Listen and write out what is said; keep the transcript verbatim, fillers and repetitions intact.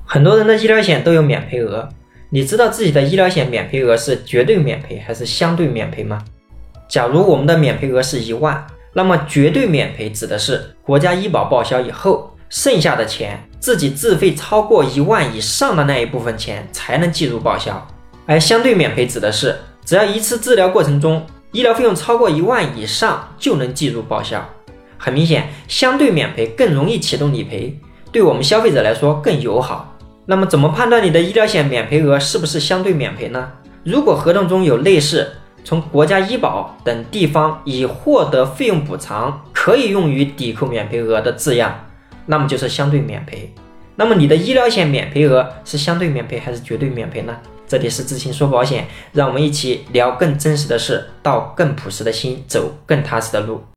很多人的医疗险都有免赔额，你知道自己的医疗险免赔额是绝对免赔还是相对免赔吗？假如我们的免赔额是一万，那么绝对免赔指的是国家医保报销以后，剩下的钱自己自费超过一万以上的那一部分钱才能计入报销。而相对免赔指的是只要一次治疗过程中医疗费用超过一万以上就能计入报销。很明显，相对免赔更容易启动理赔，对我们消费者来说更友好。那么怎么判断你的医疗险免赔额是不是相对免赔呢？如果合同中有类似从国家医保等地方已获得费用补偿，可以用于抵扣免赔额的字样，那么就是相对免赔。那么你的医疗险免赔额是相对免赔还是绝对免赔呢？这里是知行说保险，让我们一起聊更真实的事，到更朴实的心，走更踏实的路。